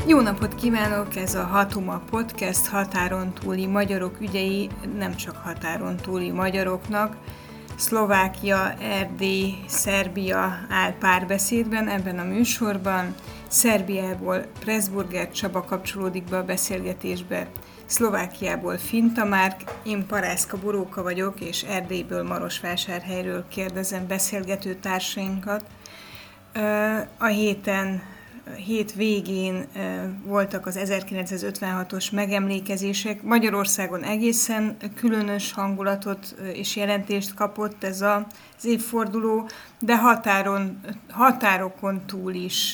Jó napot kívánok! Ez a Hatuma Podcast, határon túli magyarok ügyei, nem csak határon túli magyaroknak. Szlovákia, Erdély, Szerbia áll párbeszédben ebben a műsorban. Szerbiából Pressburger Csaba kapcsolódik be a beszélgetésbe, Szlovákiából Finta Márk, én Parászka Boróka vagyok, és Erdélyből, Marosvásárhelyről kérdezem beszélgető társainkat. A hét végén voltak az 1956-os megemlékezések. Magyarországon egészen különös hangulatot és jelentést kapott ez az évforduló, de határokon túl is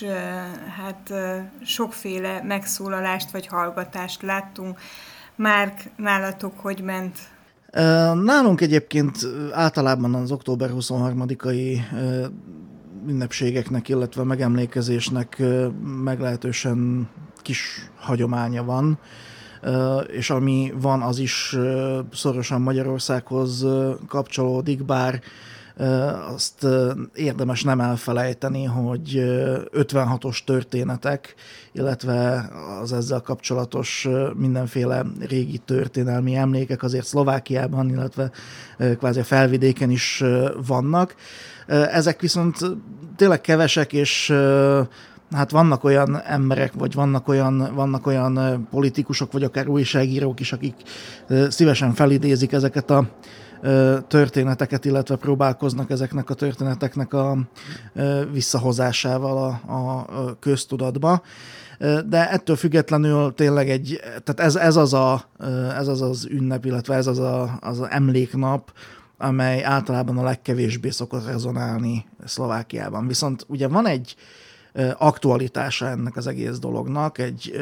sokféle megszólalást vagy hallgatást láttunk. Márk, nálatok hogy ment? Nálunk egyébként általában az október 23-ai ünnepségeknek, illetve megemlékezésnek meglehetősen kis hagyománya van, és ami van, az is szorosan Magyarországhoz kapcsolódik, bár azt érdemes nem elfelejteni, hogy 56-os történetek, illetve az ezzel kapcsolatos mindenféle régi történelmi emlékek azért Szlovákiában, illetve kvázi a felvidéken is vannak. Ezek viszont tényleg kevesek, és hát vannak olyan emberek, vagy vannak olyan politikusok, vagy akár újságírók is, akik szívesen felidézik ezeket a történeteket, illetve próbálkoznak ezeknek a történeteknek a visszahozásával a köztudatba. De ettől függetlenül tényleg tehát ez az az ünnep, illetve ez az emléknap, amely általában a legkevésbé szokott rezonálni Szlovákiában. Viszont ugye van egy aktualitása ennek az egész dolognak,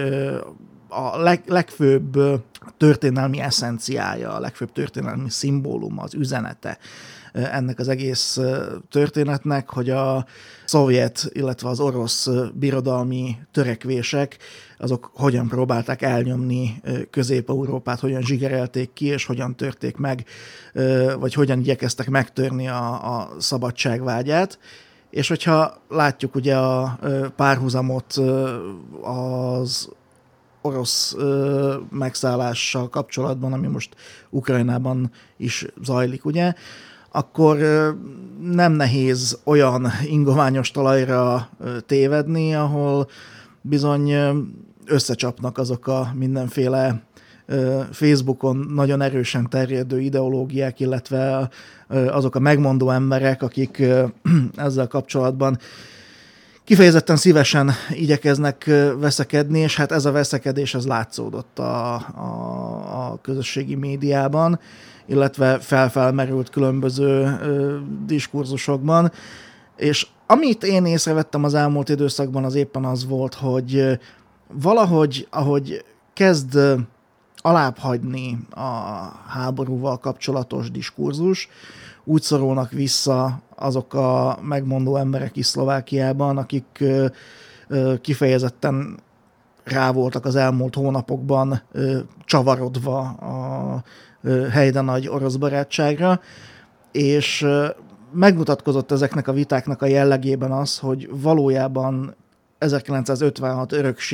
a legfőbb történelmi eszenciája, a legfőbb történelmi szimbóluma, az üzenete ennek az egész történetnek, hogy a szovjet, illetve az orosz birodalmi törekvések, azok hogyan próbálták elnyomni Közép-Európát, hogyan zsigerelték ki, és hogyan törték meg, vagy hogyan igyekeztek megtörni a szabadságvágyát. És hogyha látjuk ugye a párhuzamot az orosz megszállással kapcsolatban, ami most Ukrajnában is zajlik, ugye, akkor nem nehéz olyan ingoványos talajra tévedni, ahol bizony összecsapnak azok a mindenféle Facebookon nagyon erősen terjedő ideológiák, illetve azok a megmondó emberek, akik ezzel kapcsolatban kifejezetten szívesen igyekeznek veszekedni, és hát ez a veszekedés ez látszódott a közösségi médiában, illetve felmerült különböző diskurzusokban. És amit én észrevettem az elmúlt időszakban, az éppen az volt, hogy valahogy, ahogy kezd alábbhagyni a háborúval kapcsolatos diskurzus, úgy szorulnak vissza azok a megmondó emberek is Szlovákiában, akik kifejezetten rá voltak az elmúlt hónapokban csavarodva a helyde nagy orosz barátságra, és megmutatkozott ezeknek a vitáknak a jellegében az, hogy valójában 1956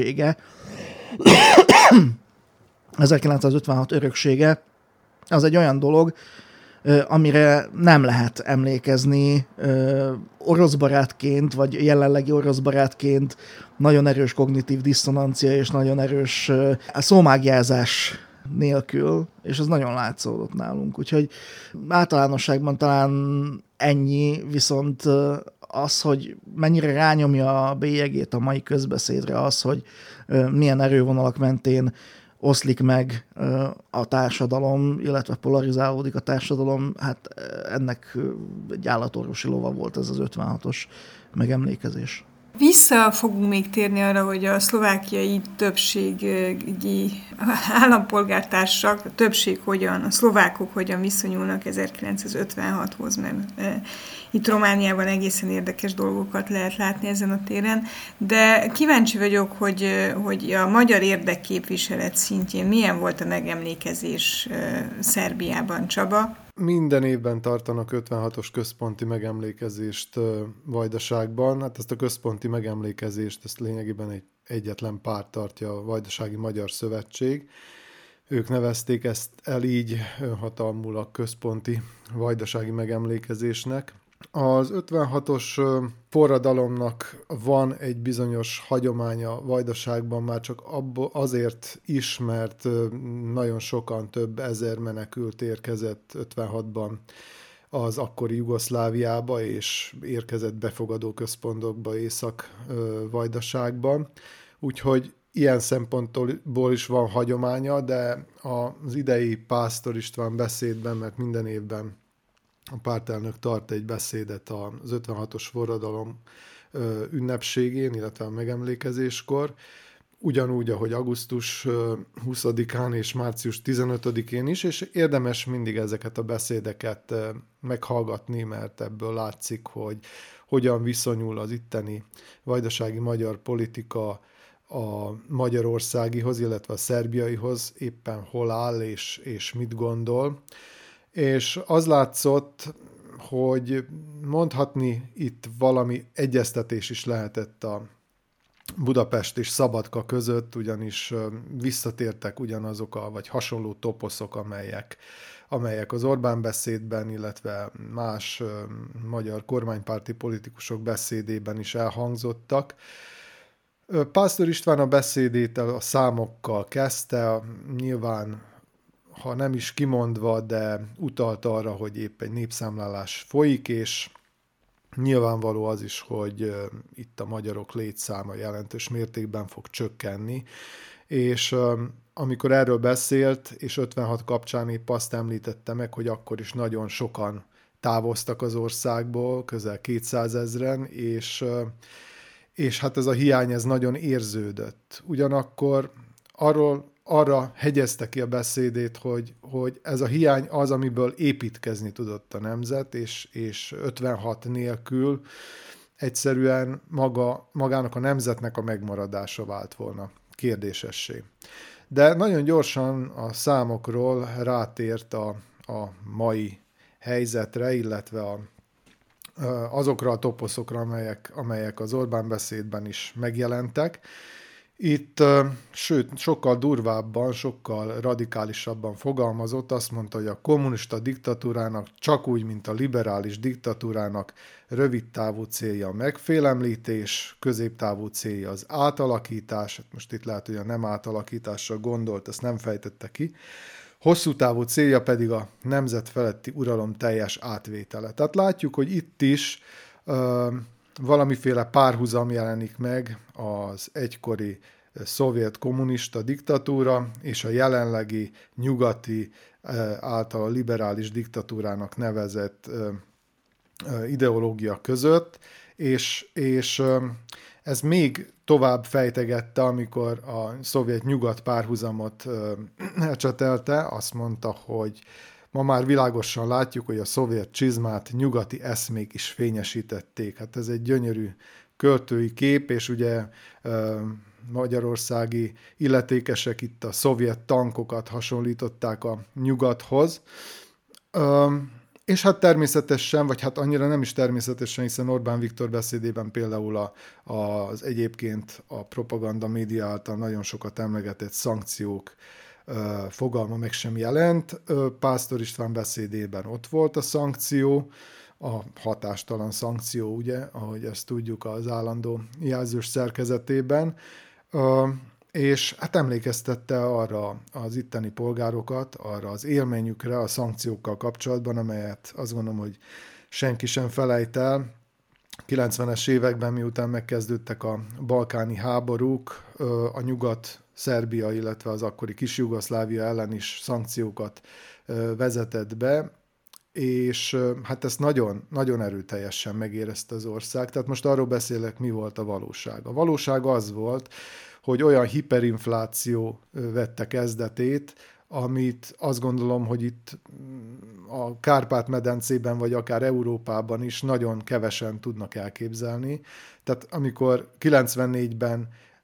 öröksége az egy olyan dolog, amire nem lehet emlékezni orosz barátként, vagy jelenlegi orosz barátként, nagyon erős kognitív diszonancia és nagyon erős szómágyázás nélkül, és ez nagyon látszódott nálunk. Úgyhogy általánosságban talán ennyi, viszont az, hogy mennyire rányomja a bélyegét a mai közbeszédre az, hogy milyen erővonalak mentén oszlik meg a társadalom, illetve polarizálódik a társadalom, hát ennek egy állatorvosi lova volt ez az 56-os megemlékezés. Vissza fogunk még térni arra, hogy a szlovákiai többségi állampolgártársak, a szlovákok hogyan viszonyulnak 1956-hoz, mert itt Romániában egészen érdekes dolgokat lehet látni ezen a téren, de kíváncsi vagyok, hogy a magyar érdekképviselet szintjén milyen volt a megemlékezés Szerbiában, Csaba? Minden évben tartanak 56-os központi megemlékezést Vajdaságban. Hát ezt a központi megemlékezést, ezt lényegében egyetlen párt tartja, a Vajdasági Magyar Szövetség. Ők nevezték ezt el így önhatalmulag központi vajdasági megemlékezésnek. Az 56-os forradalomnak van egy bizonyos hagyománya Vajdaságban, már csak azért is, mert nagyon sokan, több ezer menekült érkezett 56-ban az akkori Jugoszláviába, és érkezett befogadó központokba Észak-Vajdaságban. Úgyhogy ilyen szempontból is van hagyománya, de az idei Pásztor István beszédben, mert minden évben a pártelnök tart egy beszédet az 56-os forradalom ünnepségén, illetve a megemlékezéskor, ugyanúgy, ahogy augusztus 20-án és március 15-én is, és érdemes mindig ezeket a beszédeket meghallgatni, mert ebből látszik, hogy hogyan viszonyul az itteni vajdasági magyar politika a magyarországihoz, illetve a szerbiaihoz, éppen hol áll és mit gondol. És az látszott, hogy mondhatni itt valami egyeztetés is lehetett a Budapest és Szabadka között, ugyanis visszatértek ugyanazok vagy hasonló toposzok, amelyek az Orbán beszédben, illetve más magyar kormánypárti politikusok beszédében is elhangzottak. Pásztor István a beszédét a számokkal kezdte, nyilván, ha nem is kimondva, de utalt arra, hogy épp egy népszámlálás folyik, és nyilvánvaló az is, hogy itt a magyarok létszáma jelentős mértékben fog csökkenni, és amikor erről beszélt, és 56 kapcsán épp azt említette meg, hogy akkor is nagyon sokan távoztak az országból, közel 200 000-en, és hát ez a hiány ez nagyon érződött. Ugyanakkor arra hegyezte ki a beszédét, hogy ez a hiány az, amiből építkezni tudott a nemzet, és 56 nélkül egyszerűen magának a nemzetnek a megmaradása vált volna kérdésessé. De nagyon gyorsan a számokról rátért a mai helyzetre, illetve azokra a toposzokra, amelyek az Orbán beszédben is megjelentek. Itt, sőt, sokkal durvábban, sokkal radikálisabban fogalmazott, azt mondta, hogy a kommunista diktatúrának csak úgy, mint a liberális diktatúrának rövidtávú célja a megfélemlítés, középtávú célja az átalakítás, most itt lehet, hogy a nem átalakításra gondolt, ezt nem fejtette ki, hosszú távú célja pedig a nemzet feletti uralom teljes átvétele. Tehát látjuk, hogy itt is valamiféle párhuzam jelenik meg az egykori szovjet kommunista diktatúra és a jelenlegi nyugati által a liberális diktatúrának nevezett ideológia között, és ez még tovább fejtegette, amikor a szovjet nyugat párhuzamot elcsetelte, azt mondta, hogy ma már világosan látjuk, hogy a szovjet csizmát nyugati eszmék is fényesítették. Hát ez egy gyönyörű költői kép, és ugye magyarországi illetékesek itt a szovjet tankokat hasonlították a nyugathoz. És hát természetesen, vagy hát annyira nem is természetesen, hiszen Orbán Viktor beszédében például az egyébként a propaganda média által nagyon sokat emlegetett szankciók fogalma meg sem jelent. Pásztor István beszédében ott volt a szankció, a hatástalan szankció, ugye, ahogy ezt tudjuk az állandó jelzős szerkezetében, és hát emlékeztette arra az itteni polgárokat, arra az élményükre a szankciókkal kapcsolatban, amelyet azt gondolom, hogy senki sem felejt el. 90-es években, miután megkezdődtek a balkáni háborúk, a nyugat Szerbia, illetve az akkori Kis-Jugoszlávia ellen is szankciókat vezetett be, és hát ezt nagyon, nagyon erőteljesen megérezte az ország. Tehát most arról beszélek, mi volt a valóság. A valóság az volt, hogy olyan hiperinfláció vette kezdetét, amit azt gondolom, hogy itt a Kárpát-medencében, vagy akár Európában is nagyon kevesen tudnak elképzelni. Tehát amikor 94-ben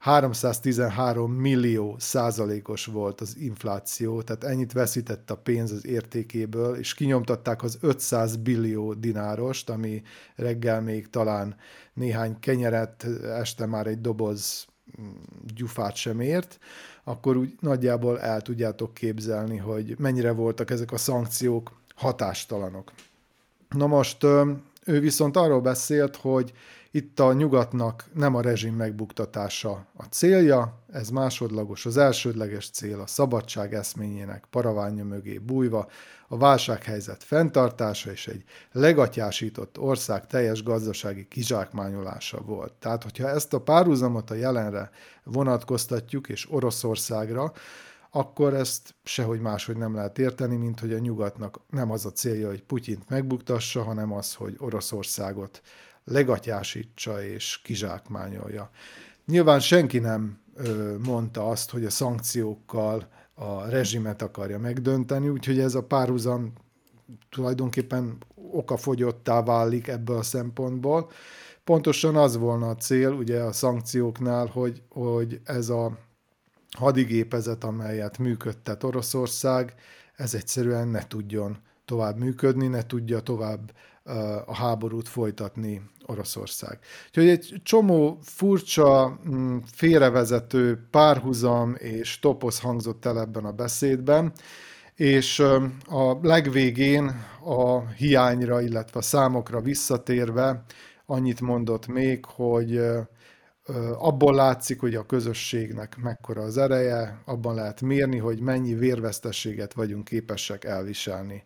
313 millió százalékos volt az infláció, tehát ennyit veszített a pénz az értékéből, és kinyomtatták az 500 billió dinárost, ami reggel még talán néhány kenyeret, este már egy doboz gyufát sem ért, akkor úgy nagyjából el tudjátok képzelni, hogy mennyire voltak ezek a szankciók hatástalanok. Na most ő viszont arról beszélt, hogy itt a nyugatnak nem a rezsim megbuktatása a célja, ez másodlagos, az elsődleges cél a szabadság eszményének paravánja mögé bújva, a válsághelyzet fenntartása és egy legatyásított ország teljes gazdasági kizsákmányolása volt. Tehát, hogyha ezt a párhuzamot a jelenre vonatkoztatjuk, és Oroszországra, akkor ezt sehogy máshogy nem lehet érteni, mint hogy a nyugatnak nem az a célja, hogy Putyint megbuktassa, hanem az, hogy Oroszországot legatyásítsa és kizsákmányolja. Nyilván senki nem mondta azt, hogy a szankciókkal a rezsimet akarja megdönteni, úgyhogy ez a párhuzam tulajdonképpen okafogyottá válik ebből a szempontból. Pontosan az volna a cél ugye a szankcióknál, hogy ez a hadigépezet, amelyet működtet Oroszország, ez egyszerűen ne tudjon tovább működni, ne tudja tovább a háborút folytatni Oroszország. Úgyhogy egy csomó furcsa, félrevezető párhuzam és toposz hangzott el ebben a beszédben, és a legvégén a hiányra, illetve a számokra visszatérve annyit mondott még, hogy abból látszik, hogy a közösségnek mekkora az ereje, abban lehet mérni, hogy mennyi vérveszteséget vagyunk képesek elviselni.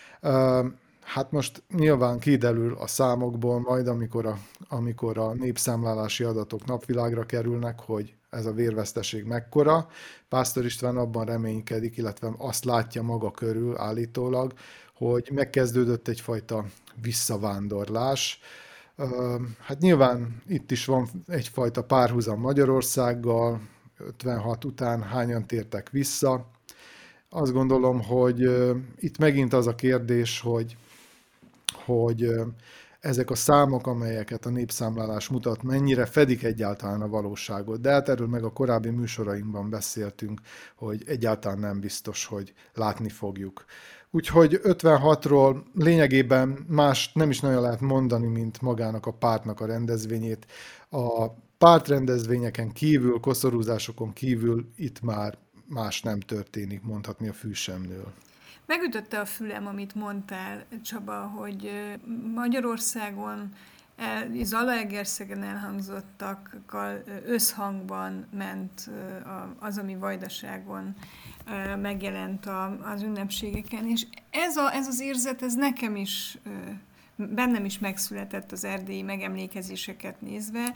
Hát most nyilván kiderül a számokból majd, amikor a népszámlálási adatok napvilágra kerülnek, hogy ez a vérveszteség mekkora. Pásztor István abban reménykedik, illetve azt látja maga körül állítólag, hogy megkezdődött egyfajta visszavándorlás. Hát nyilván itt is van egyfajta párhuzam Magyarországgal, 56 után hányan tértek vissza. Azt gondolom, hogy itt megint az a kérdés, hogy ezek a számok, amelyeket a népszámlálás mutat, mennyire fedik egyáltalán a valóságot. De hát erről meg a korábbi műsorainkban beszéltünk, hogy egyáltalán nem biztos, hogy látni fogjuk. Úgyhogy 56-ról lényegében más nem is nagyon lehet mondani, mint magának a pártnak a rendezvényét. A pártrendezvényeken kívül, koszorúzásokon kívül itt már más nem történik, mondhatni a fű sem nől. Megütötte a fülem, amit mondtál, Csaba, hogy Magyarországon Zalaegerszegen elhangzottakkal összhangban ment az, ami Vajdaságon megjelent az ünnepségeken, és ez az érzet, ez nekem is, bennem is megszületett az erdélyi megemlékezéseket nézve,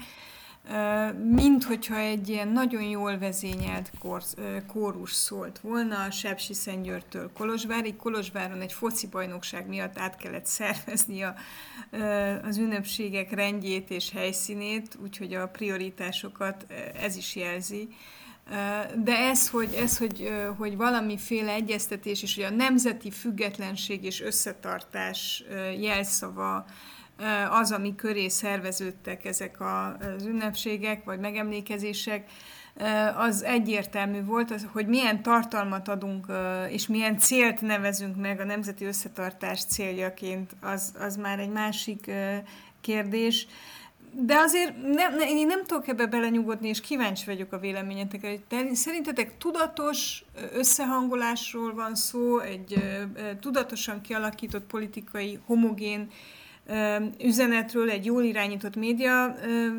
mint hogyha egy ilyen nagyon jól vezényelt kórus szólt volna, Sepsiszentgyörgytől Kolozsvárig. Kolozsváron egy foci bajnokság miatt át kellett szervezni az ünnepségek rendjét és helyszínét, úgyhogy a prioritásokat ez is jelzi. De hogy valamiféle egyeztetés is, hogy a nemzeti függetlenség és összetartás jelszava az, ami köré szerveződtek ezek az ünnepségek, vagy megemlékezések, az egyértelmű volt, hogy milyen tartalmat adunk, és milyen célt nevezünk meg a nemzeti összetartás céljaként, az már egy másik kérdés. De azért én nem tudok ebbe belenyugodni, és kíváncsi vagyok a véleményetekre. Szerintetek tudatos összehangolásról van szó, egy tudatosan kialakított politikai homogén üzenetről, egy jól irányított média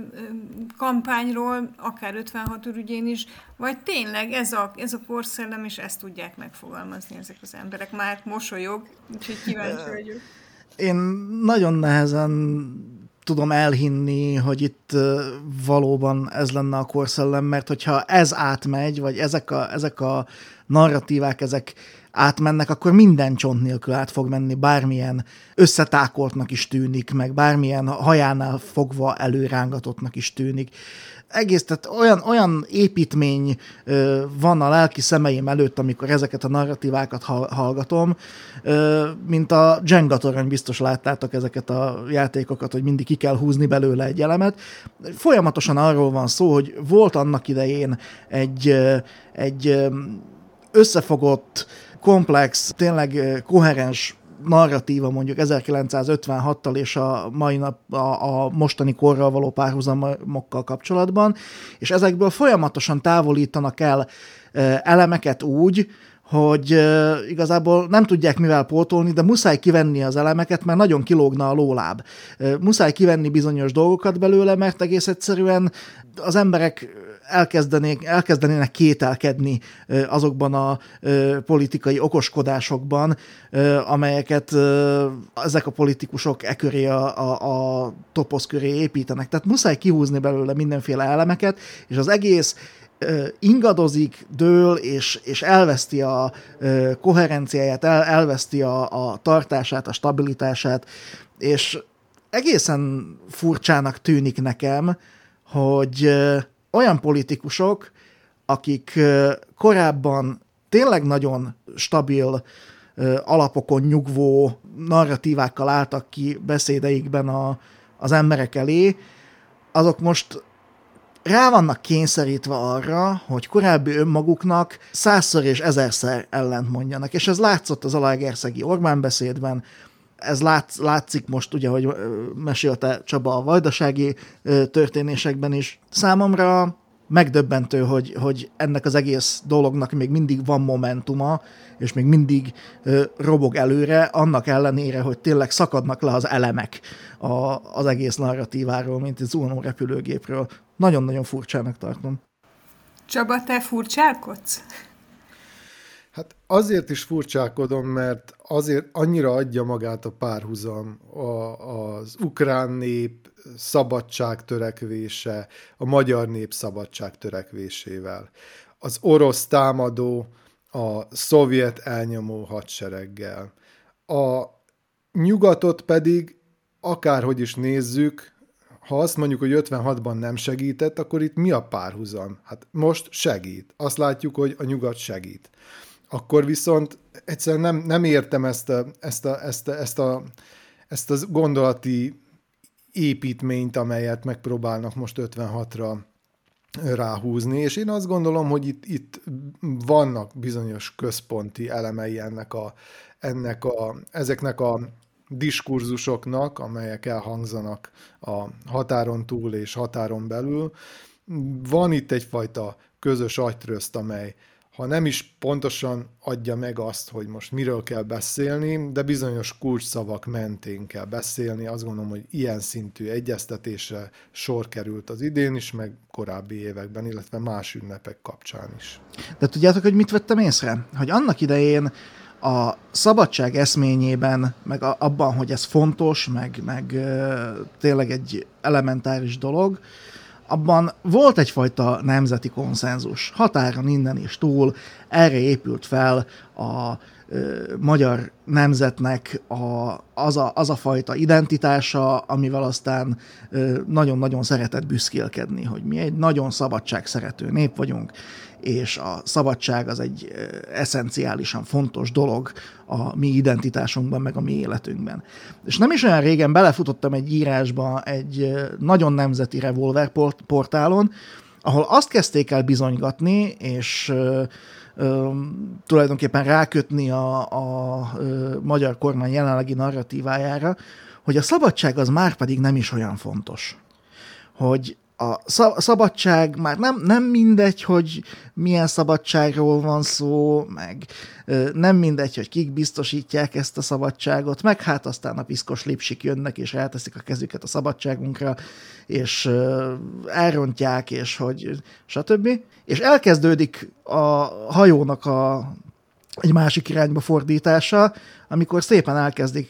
kampányról, akár 56 ürügyén is, vagy tényleg ez a korszellem, és ezt tudják megfogalmazni ezek az emberek. Már mosolyog, úgyhogy kíváncsi vagyok. Én nagyon nehezen tudom elhinni, hogy itt valóban ez lenne a korszellem, mert hogyha ez átmegy, vagy ezek a narratívák, ezek átmennek, akkor minden csont nélkül át fog menni, bármilyen összetákoltnak is tűnik, meg bármilyen hajánál fogva előrángatottnak is tűnik. Egész, tehát olyan építmény van a lelki szemeim előtt, amikor ezeket a narratívákat hallgatom, mint a Jenga torony, biztos láttátok ezeket a játékokat, hogy mindig ki kell húzni belőle egy elemet. Folyamatosan arról van szó, hogy volt annak idején egy összefogott, komplex, tényleg koherens narratíva mondjuk 1956-tal és a mai nap a mostani korral való párhuzamokkal kapcsolatban, és ezekből folyamatosan távolítanak el elemeket úgy, hogy igazából nem tudják mivel pótolni, de muszáj kivenni az elemeket, mert nagyon kilógna a lóláb. Muszáj kivenni bizonyos dolgokat belőle, mert egész egyszerűen az emberek elkezdenének kételkedni azokban a politikai okoskodásokban, amelyeket ezek a politikusok köré a toposz köré építenek. Tehát muszáj kihúzni belőle mindenféle elemeket, és az egész ingadozik, dől, és elveszti a koherenciáját, elveszti a tartását, a stabilitását, és egészen furcsának tűnik nekem, hogy olyan politikusok, akik korábban tényleg nagyon stabil, alapokon nyugvó narratívákkal álltak ki beszédeikben az emberek elé, azok most rá vannak kényszerítve arra, hogy korábbi önmaguknak 100-szor és 1000-szer ellent mondjanak. És ez látszott az zalaegerszegi Orbán beszédben, ez látszik most, ugye, hogy mesélte Csaba a vajdasági történésekben is. Számomra megdöbbentő, hogy ennek az egész dolognak még mindig van momentuma, és még mindig robog előre, annak ellenére, hogy tényleg szakadnak le az elemek az egész narratíváról, mint egy zuhanó repülőgépről. Nagyon-nagyon furcsának tartom. Csaba, te furcsálkodsz? Hát azért is furcsálkodom, mert azért annyira adja magát a párhuzam az ukrán nép szabadságtörekvése, a magyar nép szabadságtörekvésével. Az orosz támadó, a szovjet elnyomó hadsereggel. A nyugatot pedig akárhogy is nézzük, ha azt mondjuk, hogy 56-ban nem segített, akkor itt mi a párhuzam? Hát most segít. Azt látjuk, hogy a nyugat segít. Akkor viszont egyszerűen nem értem ezt a gondolati építményt, amelyet megpróbálnak most 56-ra ráhúzni, és én azt gondolom, hogy itt vannak bizonyos központi elemei ezeknek a diskurzusoknak, amelyek elhangzanak a határon túl és határon belül. Van itt egyfajta közös agytröszt, amely ha nem is pontosan adja meg azt, hogy most miről kell beszélni, de bizonyos kulcsszavak mentén kell beszélni. Azt gondolom, hogy ilyen szintű egyeztetésre sor került az idén is, meg korábbi években, illetve más ünnepek kapcsán is. De tudjátok, hogy mit vettem észre? Hogy annak idején a szabadság eszményében, meg abban, hogy ez fontos, meg tényleg egy elementáris dolog, abban volt egyfajta nemzeti konszenzus. Határon innen és túl erre épült fel a magyar nemzetnek az a fajta identitása, amivel aztán nagyon-nagyon szeretett büszkélkedni, hogy mi egy nagyon szabadságszerető nép vagyunk, és a szabadság az egy eszenciálisan fontos dolog a mi identitásunkban, meg a mi életünkben. És nem is olyan régen belefutottam egy írásba egy nagyon nemzeti revolver portálon, ahol azt kezdték el bizonygatni, és tulajdonképpen rákötni a magyar kormány jelenlegi narratívájára, hogy a szabadság az már pedig nem is olyan fontos. Hogy a szabadság már nem mindegy, hogy milyen szabadságról van szó, meg nem mindegy, hogy kik biztosítják ezt a szabadságot, meg hát aztán a piszkos lipsik jönnek, és ráteszik a kezüket a szabadságunkra, és elrontják, és hogy stb. És elkezdődik a hajónak egy másik irányba fordítása, amikor szépen elkezdik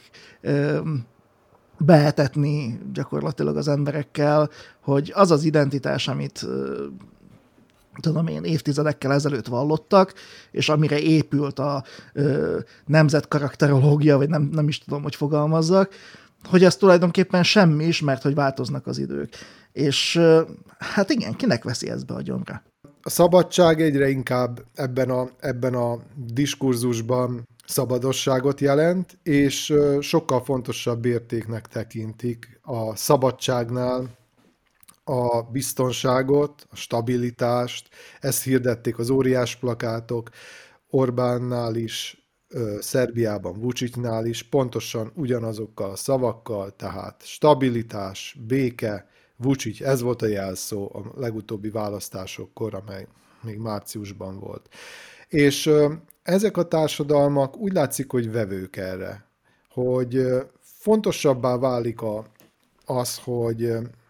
behetetni gyakorlatilag az emberekkel, hogy az az identitás, amit tudom én, évtizedekkel ezelőtt vallottak, és amire épült a nemzetkarakterológia, vagy nem is tudom, hogy fogalmazzak, hogy ez tulajdonképpen semmi is, mert hogy változnak az idők. És hát igen, kinek veszi ezt be a gyomra? A szabadság egyre inkább ebben a diskurzusban szabadosságot jelent, és sokkal fontosabb értéknek tekintik a szabadságnál a biztonságot, a stabilitást. Ezt hirdették az óriás plakátok, Orbánnál is, Szerbiában, Vučićnál is, pontosan ugyanazokkal a szavakkal, tehát stabilitás, béke, Vučić, ez volt a jelszó a legutóbbi választásokkor, amely még márciusban volt. És ezek a társadalmak úgy látszik, hogy vevők erre, hogy fontosabbá válik az, hogy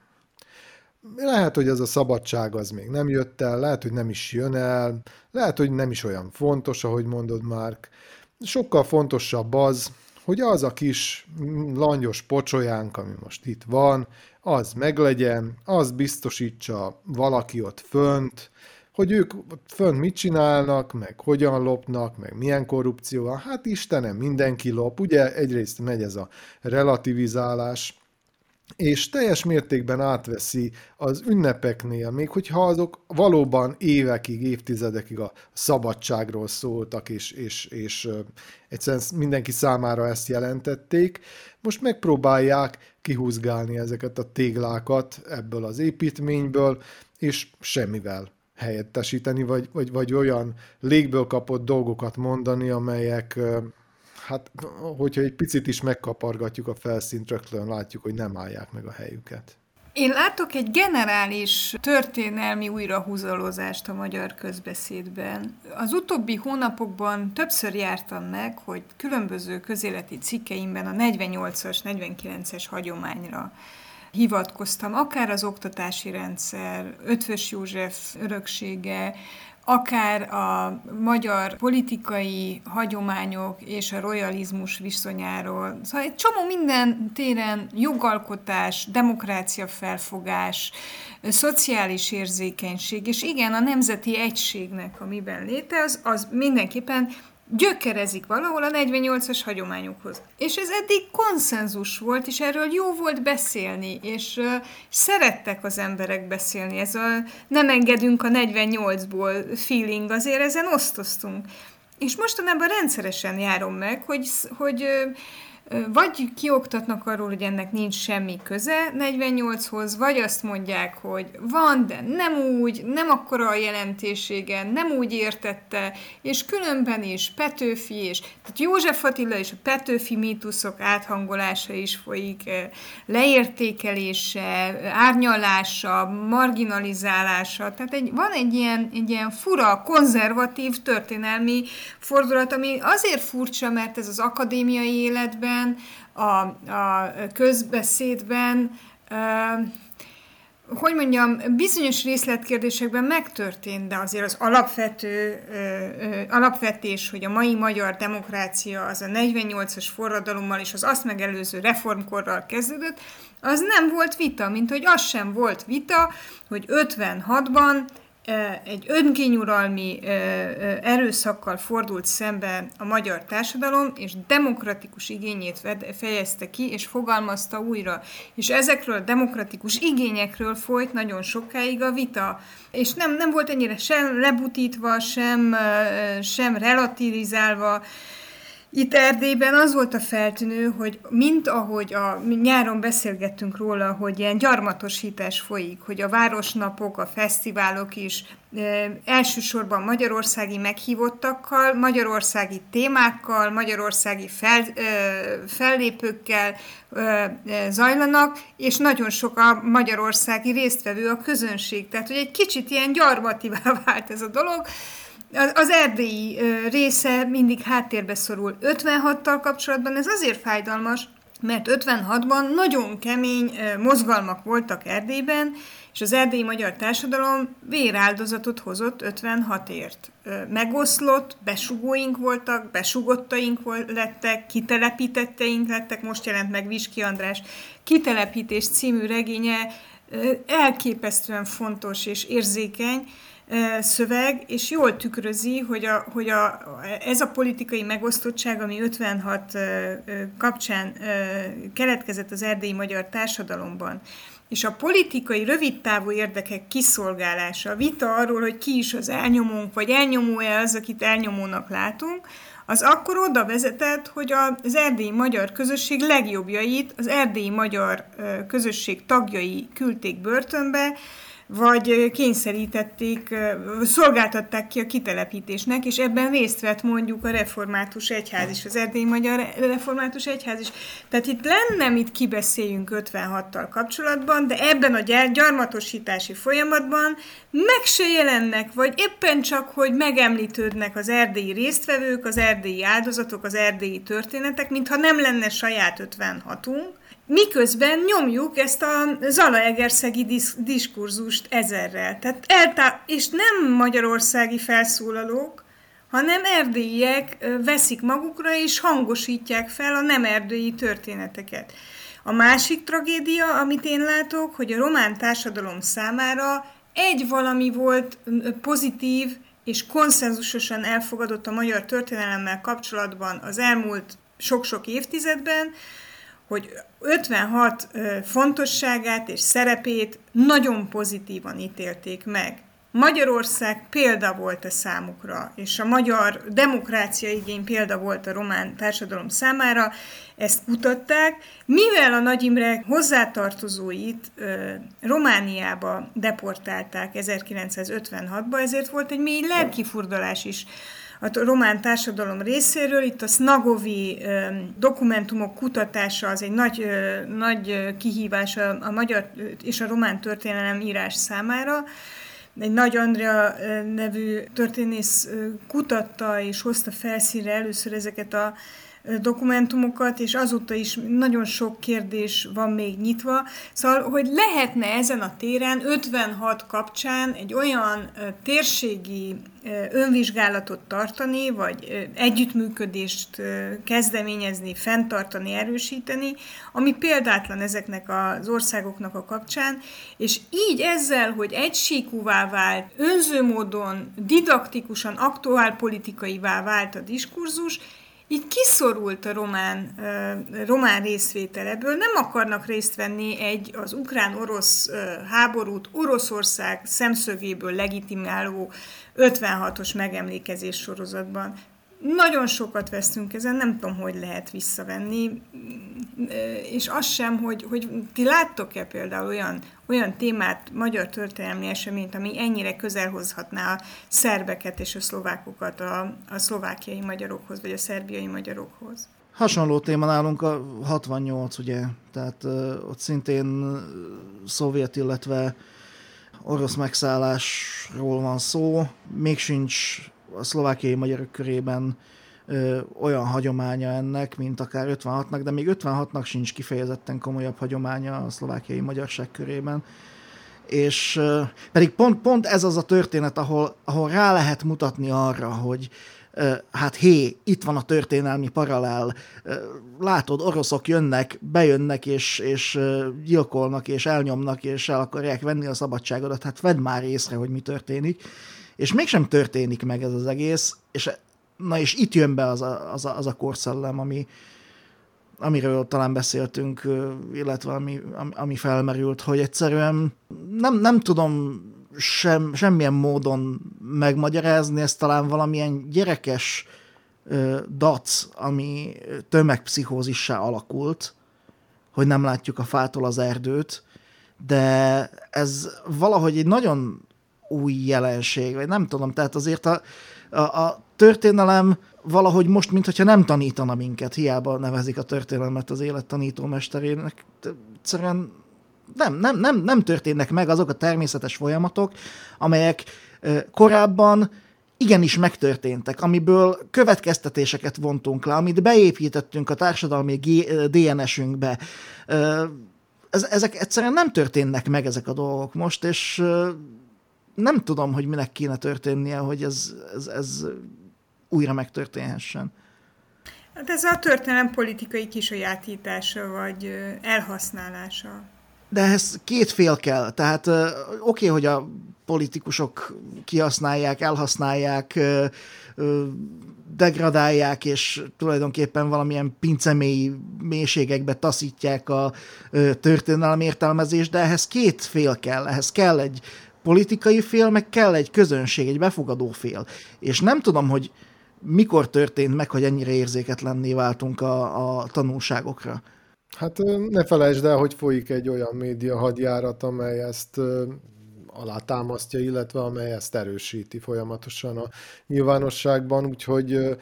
lehet, hogy ez a szabadság az még nem jött el, lehet, hogy nem is jön el, lehet, hogy nem is olyan fontos, ahogy mondod, Márk. Sokkal fontosabb az, hogy az a kis langyos pocsolyánk, ami most itt van, az meglegyen, az biztosítsa valaki ott fönt, hogy ők fönt mit csinálnak, meg hogyan lopnak, meg milyen korrupció van. Hát Istenem, mindenki lop. Ugye egyrészt megy ez a relativizálás, és teljes mértékben átveszi az ünnepeknél, még hogyha azok valóban évekig, évtizedekig a szabadságról szóltak, és egyszerűen mindenki számára ezt jelentették, most megpróbálják kihúzgálni ezeket a téglákat ebből az építményből, és semmivel helyettesíteni, vagy olyan légből kapott dolgokat mondani, amelyek... Hát, hogyha egy picit is megkapargatjuk a felszínt, rögtön látjuk, hogy nem állják meg a helyüket. Én látok egy generális történelmi újrahúzalozást a magyar közbeszédben. Az utóbbi hónapokban többször jártam meg, hogy különböző közéleti cikkeimben a 48-as, 49-es hagyományra hivatkoztam, akár az oktatási rendszer, Eötvös József öröksége, akár a magyar politikai hagyományok és a royalizmus viszonyáról. Szóval egy csomó minden téren jogalkotás, demokrácia felfogás, szociális érzékenység, és igen, a nemzeti egységnek a miben léte, az mindenképpen gyökerezik valahol a 48-as hagyományokhoz. És ez eddig konszenzus volt, és erről jó volt beszélni, és szerettek az emberek beszélni. Ez a nem engedünk a 48-ból feeling, azért ezen osztoztunk. És mostanában rendszeresen járom meg, hogy vagy kioktatnak arról, hogy ennek nincs semmi köze 48-hoz, vagy azt mondják, hogy van, de nem úgy, nem akkora a jelentősége, nem úgy értette, és különben is Petőfi, tehát József Attila és a Petőfi mítuszok áthangolása is folyik, leértékelése, árnyalása, marginalizálása, tehát van egy ilyen fura, konzervatív történelmi fordulat, ami azért furcsa, mert ez az akadémiai életben, a közbeszédben, hogy mondjam, bizonyos részletkérdésekben megtörtént, de azért az alapvetés, hogy a mai magyar demokrácia az a 48-as forradalommal és az azt megelőző reformkorral kezdődött, az nem volt vita, mint hogy az sem volt vita, hogy 56-ban egy önkényuralmi erőszakkal fordult szembe a magyar társadalom, és demokratikus igényét fejezte ki, és fogalmazta újra. És ezekről a demokratikus igényekről folyt nagyon sokáig a vita. És nem volt ennyire sem lebutítva, sem relativizálva. Itt Erdélyben az volt a feltűnő, hogy mint ahogy nyáron beszélgettünk róla, hogy ilyen gyarmatosítás folyik, hogy a városnapok, a fesztiválok is elsősorban magyarországi meghívottakkal, magyarországi témákkal, magyarországi fellépőkkel zajlanak, és nagyon sok a magyarországi résztvevő, a közönség. Tehát, hogy egy kicsit ilyen gyarmatívá vált ez a dolog. Az erdélyi része mindig háttérbe szorul. 56-tal kapcsolatban ez azért fájdalmas, mert 56-ban nagyon kemény mozgalmak voltak Erdélyben, és az erdélyi magyar társadalom véráldozatot hozott 56-ért. Megoszlott, besugóink voltak, besugottaink lettek, kitelepítetteink lettek, most jelent meg Viski András Kitelepítés című regénye, elképesztően fontos és érzékeny, szöveg, és jól tükrözi, hogy ez a politikai megosztottság, ami 56 kapcsán keletkezett az erdélyi magyar társadalomban, és a politikai rövidtávú érdekek kiszolgálása, a vita arról, hogy ki is az elnyomónk, vagy elnyomó-e az, akit elnyomónak látunk, az akkor oda vezetett, hogy az erdélyi magyar közösség legjobbjait az erdélyi magyar közösség tagjai küldték börtönbe, vagy kényszerítették, szolgáltatták ki a kitelepítésnek, és ebben részt vett mondjuk a református egyház is, az erdélyi magyar református egyház is. Tehát itt lenne, mit kibeszéljünk 56-tal kapcsolatban, de ebben a gyarmatosítási folyamatban meg se jelennek, vagy éppen csak, hogy megemlítődnek az erdélyi résztvevők, az erdélyi áldozatok, az erdélyi történetek, mintha nem lenne saját 56-unk, miközben nyomjuk ezt a zalaegerszegi diskurzust ezerrel. Tehát és nem magyarországi felszólalók, hanem erdélyiek veszik magukra és hangosítják fel a nem erdélyi történeteket. A másik tragédia, amit én látok, hogy a román társadalom számára egy valami volt pozitív és konszenzusosan elfogadott a magyar történelemmel kapcsolatban az elmúlt sok-sok évtizedben, hogy 56 fontosságát és szerepét nagyon pozitívan ítélték meg. Magyarország példa volt a számukra, és a magyar demokrácia igény példa volt a román társadalom számára, ezt kutatták. Mivel a Nagy Imre hozzátartozóit Romániába deportálták 1956-ba, ezért volt egy mély lelkifurdalás is a román társadalom részéről. Itt a sznagovi dokumentumok kutatása az egy nagy kihívás a magyar és a román történelem írás számára. Egy Nagy Andrea nevű történész kutatta és hozta felszínre először ezeket a dokumentumokat, és azóta is nagyon sok kérdés van még nyitva. Szóval, hogy lehetne ezen a téren 56 kapcsán egy olyan térségi önvizsgálatot tartani, vagy együttműködést kezdeményezni, fenntartani, erősíteni, ami példátlan ezeknek az országoknak a kapcsán, és így ezzel, hogy egysíkúvá vált, önző módon, didaktikusan, aktuálpolitikaivá vált a diskurzus, így kiszorult a román részvétel ebből, nem akarnak részt venni az ukrán-orosz háborút Oroszország szemszögéből legitimáló 56-os megemlékezés sorozatban. Nagyon sokat vesztünk ezen, nem tudom, hogy lehet visszavenni, és az sem, hogy ti láttok-e például olyan témát, magyar történelmi eseményt, ami ennyire közel hozhatná a szerbeket és a szlovákokat a szlovákiai magyarokhoz, vagy a szerbiai magyarokhoz? Hasonló téma nálunk a 68, ugye, tehát ott szintén szovjet, illetve orosz megszállásról van szó, még sincs a szlovákiai magyarok körében olyan hagyománya ennek, mint akár 56-nak, de még 56-nak sincs kifejezetten komolyabb hagyománya a szlovákiai magyarság körében. És pedig pont ez az a történet, ahol rá lehet mutatni arra, hogy hát itt van a történelmi paralel, látod, oroszok bejönnek, és gyilkolnak, és elnyomnak, és el akarják venni a szabadságodat, hát vedd már észre, hogy mi történik. És mégsem történik meg ez az egész, és itt jön be az a korszellem, amiről talán beszéltünk, illetve ami felmerült, hogy egyszerűen nem tudom semmilyen módon megmagyarázni, ez talán valamilyen gyerekes dac, ami tömegpszichózissá alakult, hogy nem látjuk a fától az erdőt, de ez valahogy egy nagyon új jelenség, vagy nem tudom, tehát azért a történelem valahogy most, mintha nem tanítana minket, hiába nevezik a történelmet az élet tanítómesterének, egyszerűen nem történnek meg azok a természetes folyamatok, amelyek korábban igenis megtörténtek, amiből következtetéseket vontunk le, amit beépítettünk a társadalmi DNS-ünkbe. Ezek egyszerűen nem történnek meg ezek a dolgok most, és nem tudom, hogy minek kéne történnie, hogy ez újra megtörténhessen. Hát ez a történelem politikai kisajátítása, vagy elhasználása. De ehhez két fél kell. Tehát oké, hogy a politikusok kihasználják, elhasználják, degradálják, és tulajdonképpen valamilyen pincemély mélységekbe taszítják a történelmi értelmezést, de ehhez két fél kell. Ehhez kell egy politikai fél, meg kell egy közönség, egy befogadó fél. És nem tudom, hogy mikor történt meg, hogy ennyire érzéketlenné váltunk a tanulságokra. Hát ne felejtsd el, hogy folyik egy olyan média hadjárat, amely ezt alátámasztja, illetve amely ezt erősíti folyamatosan a nyilvánosságban, úgyhogy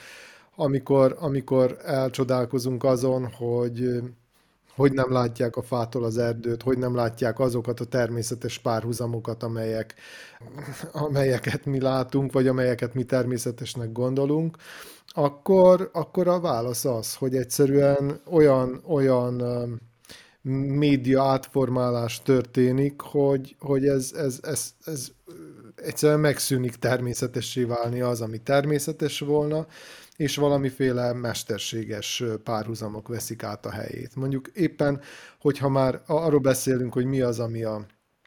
amikor elcsodálkozunk azon, hogy nem látják a fától az erdőt, hogy nem látják azokat a természetes párhuzamokat, amelyeket mi látunk, vagy amelyeket mi természetesnek gondolunk, akkor a válasz az, hogy egyszerűen olyan média átformálás történik, hogy ez egyszerűen megszűnik természetessé válni az, ami természetes volna, és valamiféle mesterséges párhuzamok veszik át a helyét. Mondjuk éppen, hogyha már arról beszélünk, hogy mi az, ami a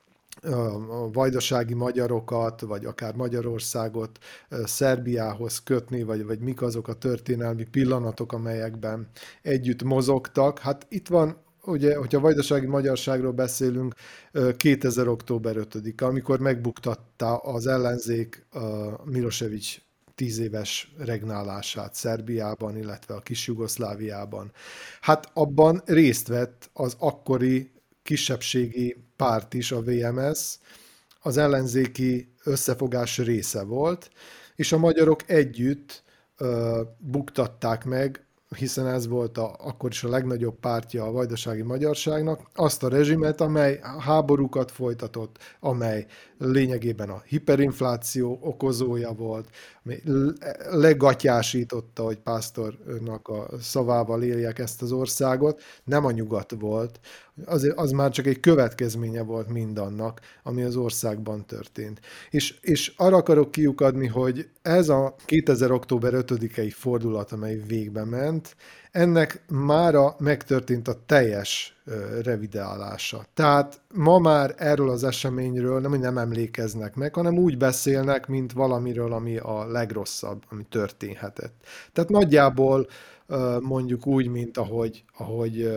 vajdasági magyarokat, vagy akár Magyarországot Szerbiához kötni, vagy mik azok a történelmi pillanatok, amelyekben együtt mozogtak. Hát itt van, ugye, hogyha a vajdasági magyarságról beszélünk, 2000. október 5-e, amikor megbuktatta az ellenzék Milosevic 10 éves regnálását Szerbiában, illetve a Kis-Jugoszláviában. Hát abban részt vett az akkori kisebbségi párt is, a VMS, az ellenzéki összefogás része volt, és a magyarok együtt buktatták meg, hiszen ez volt akkor is a legnagyobb pártja a vajdasági magyarságnak, azt a rezsimet, amely háborúkat folytatott, amely lényegében a hiperinfláció okozója volt, amely legatyásította, hogy Pásztornak a szavával éljek ezt az országot, nem a nyugat volt, az már csak egy következménye volt mindannak, ami az országban történt. És arra akarok kiukadni, hogy ez a 2000. október 5-i fordulat, amely végbe ment, ennek mára megtörtént a teljes revideálása. Tehát ma már erről az eseményről nem emlékeznek meg, hanem úgy beszélnek, mint valamiről, ami a legrosszabb, ami történhetett. Tehát nagyjából mondjuk úgy, mint ahogy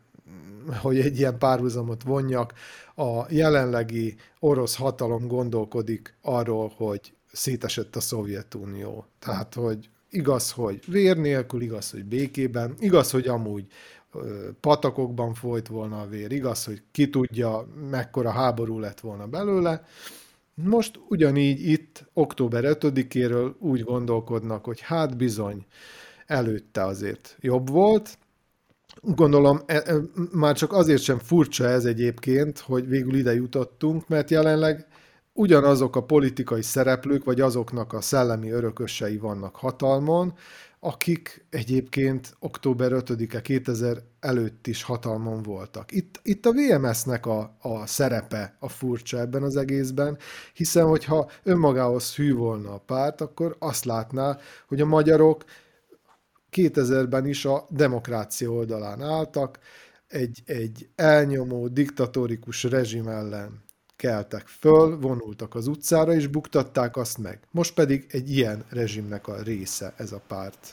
egy ilyen párhuzamot vonjak, a jelenlegi orosz hatalom gondolkodik arról, hogy szétesett a Szovjetunió. Tehát, hogy igaz, hogy vér nélkül, igaz, hogy békében, igaz, hogy amúgy patakokban folyt volna a vér, igaz, hogy ki tudja, mekkora háború lett volna belőle. Most ugyanígy itt, október 5-éről úgy gondolkodnak, hogy hát bizony, előtte azért jobb volt. Gondolom, már csak azért sem furcsa ez egyébként, hogy végül ide jutottunk, mert jelenleg ugyanazok a politikai szereplők, vagy azoknak a szellemi örökösei vannak hatalmon, akik egyébként október 5-e 2000 előtt is hatalmon voltak. Itt a VMS-nek a szerepe a furcsa ebben az egészben, hiszen hogyha önmagához hű volna a párt, akkor azt látná, hogy a magyarok 2000-ben is a demokrácia oldalán álltak, egy elnyomó, diktatórikus rezsim ellen keltek föl, vonultak az utcára, és buktatták azt meg. Most pedig egy ilyen rezsimnek a része ez a párt.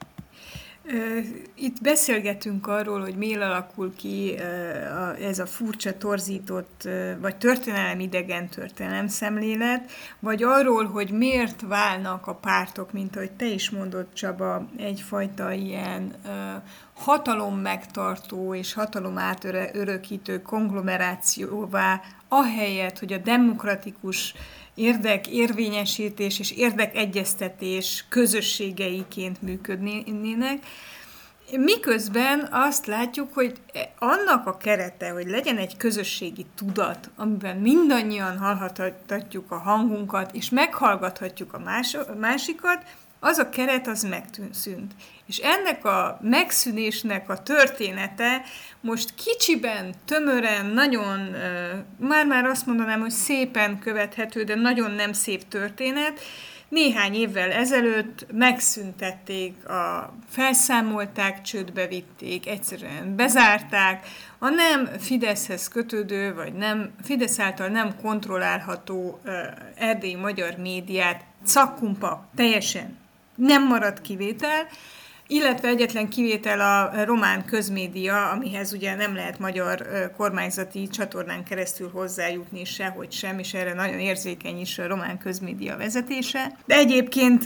Itt beszélgetünk arról, hogy miért alakul ki ez a furcsa, torzított, vagy történelem-idegen történelemszemlélet, vagy arról, hogy miért válnak a pártok, mint ahogy te is mondod, Csaba, egyfajta ilyen hatalom megtartó és hatalom átörökítő konglomerációvá, ahelyett, hogy a demokratikus érdekérvényesítés és érdekegyeztetés közösségeiként működnének, miközben azt látjuk, hogy annak a kerete, hogy legyen egy közösségi tudat, amiben mindannyian hallhatjuk a hangunkat, és meghallgathatjuk a másikat, az a keret az megszűnt. És ennek a megszűnésnek a története most kicsiben, tömören, nagyon, már azt mondanám, hogy szépen követhető, de nagyon nem szép történet. Néhány évvel ezelőtt megszüntették, felszámolták, csődbe vitték, egyszerűen bezárták, a nem Fideszhez kötődő, vagy nem Fidesz által nem kontrollálható erdélyi magyar médiát cakkumpa, teljesen nem maradt kivétel, illetve egyetlen kivétel a román közmédia, amihez ugye nem lehet magyar kormányzati csatornán keresztül hozzájutni sehogy sem, és erre nagyon érzékeny is a román közmédia vezetése. De egyébként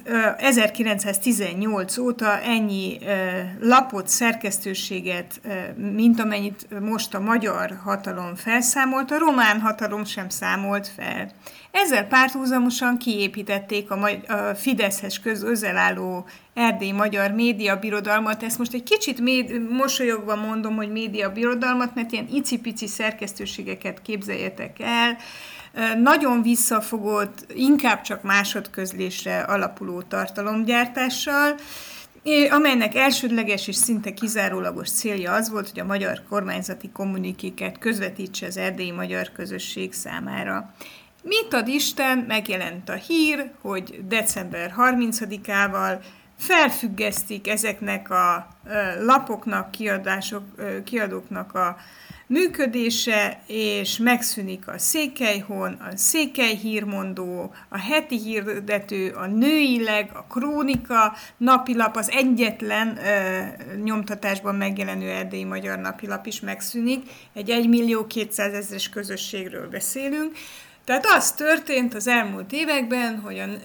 1918 óta ennyi lapot, szerkesztőséget, mint amennyit most a magyar hatalom felszámolt, a román hatalom sem számolt fel. Ezzel párhuzamosan kiépítették a Fideszhez közel álló erdélyi magyar médiabirodalmat. Ezt most egy kicsit mosolyogva mondom, hogy médiabirodalmat, mert ilyen icipici szerkesztőségeket képzeljetek el, nagyon visszafogott, inkább csak másodközlésre alapuló tartalomgyártással, amelynek elsődleges és szinte kizárólagos célja az volt, hogy a magyar kormányzati kommunikéket közvetítse az erdélyi magyar közösség számára. Mit ad Isten, megjelent a hír, hogy december 30-ával felfüggesztik ezeknek a lapoknak, kiadóknak a működése, és megszűnik a Székelyhon, a Székely Hírmondó, a Heti Hirdető, a Nőileg, a Krónika napilap, az egyetlen nyomtatásban megjelenő erdélyi magyar napilap is megszűnik. Egy 1.200.000-es közösségről beszélünk. Tehát az történt az elmúlt években, hogy a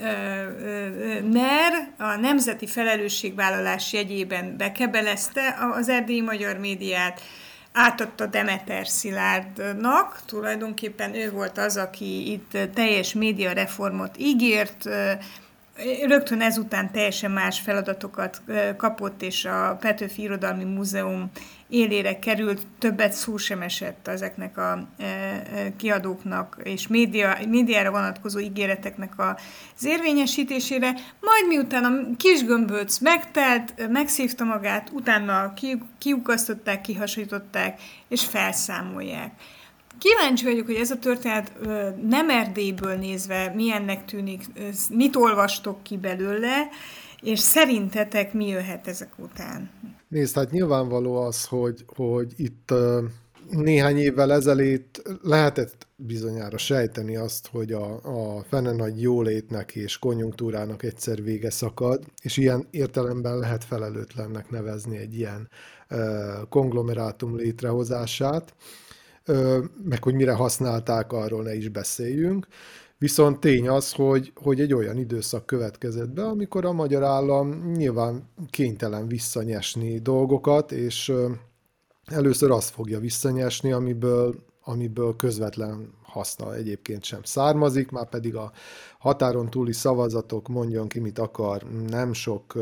NER a Nemzeti Felelősségvállalás jegyében bekebelezte az erdélyi magyar médiát, átadta Demeter Szilárdnak, tulajdonképpen ő volt az, aki itt teljes médiareformot ígért, rögtön ezután teljesen más feladatokat kapott, és a Petőfi Irodalmi Múzeum élére került, többet szó sem esett ezeknek a kiadóknak és médiára vonatkozó ígéreteknek az érvényesítésére. Majd miután a kisgömbölc megtelt, megszívta magát, utána kiukasztották, kihasították, és felszámolják. Kíváncsi vagyok, hogy ez a történet nem Erdélyből nézve milyennek tűnik, mit olvastok ki belőle, és szerintetek mi jöhet ezek után? Nézd, hát nyilvánvaló az, hogy itt néhány évvel ezelőtt lehetett bizonyára sejteni azt, hogy a fene nagy jólétnek és konjunktúrának egyszer vége szakad, és ilyen értelemben lehet felelőtlennek nevezni egy ilyen konglomerátum létrehozását, meg hogy mire használták, arról ne is beszéljünk. Viszont tény az, hogy egy olyan időszak következett be, amikor a magyar állam nyilván kénytelen visszanyesni dolgokat, és először azt fogja visszanyesni, amiből közvetlen haszna egyébként sem származik, már pedig a határon túli szavazatok, mondjon ki, mit akar, nem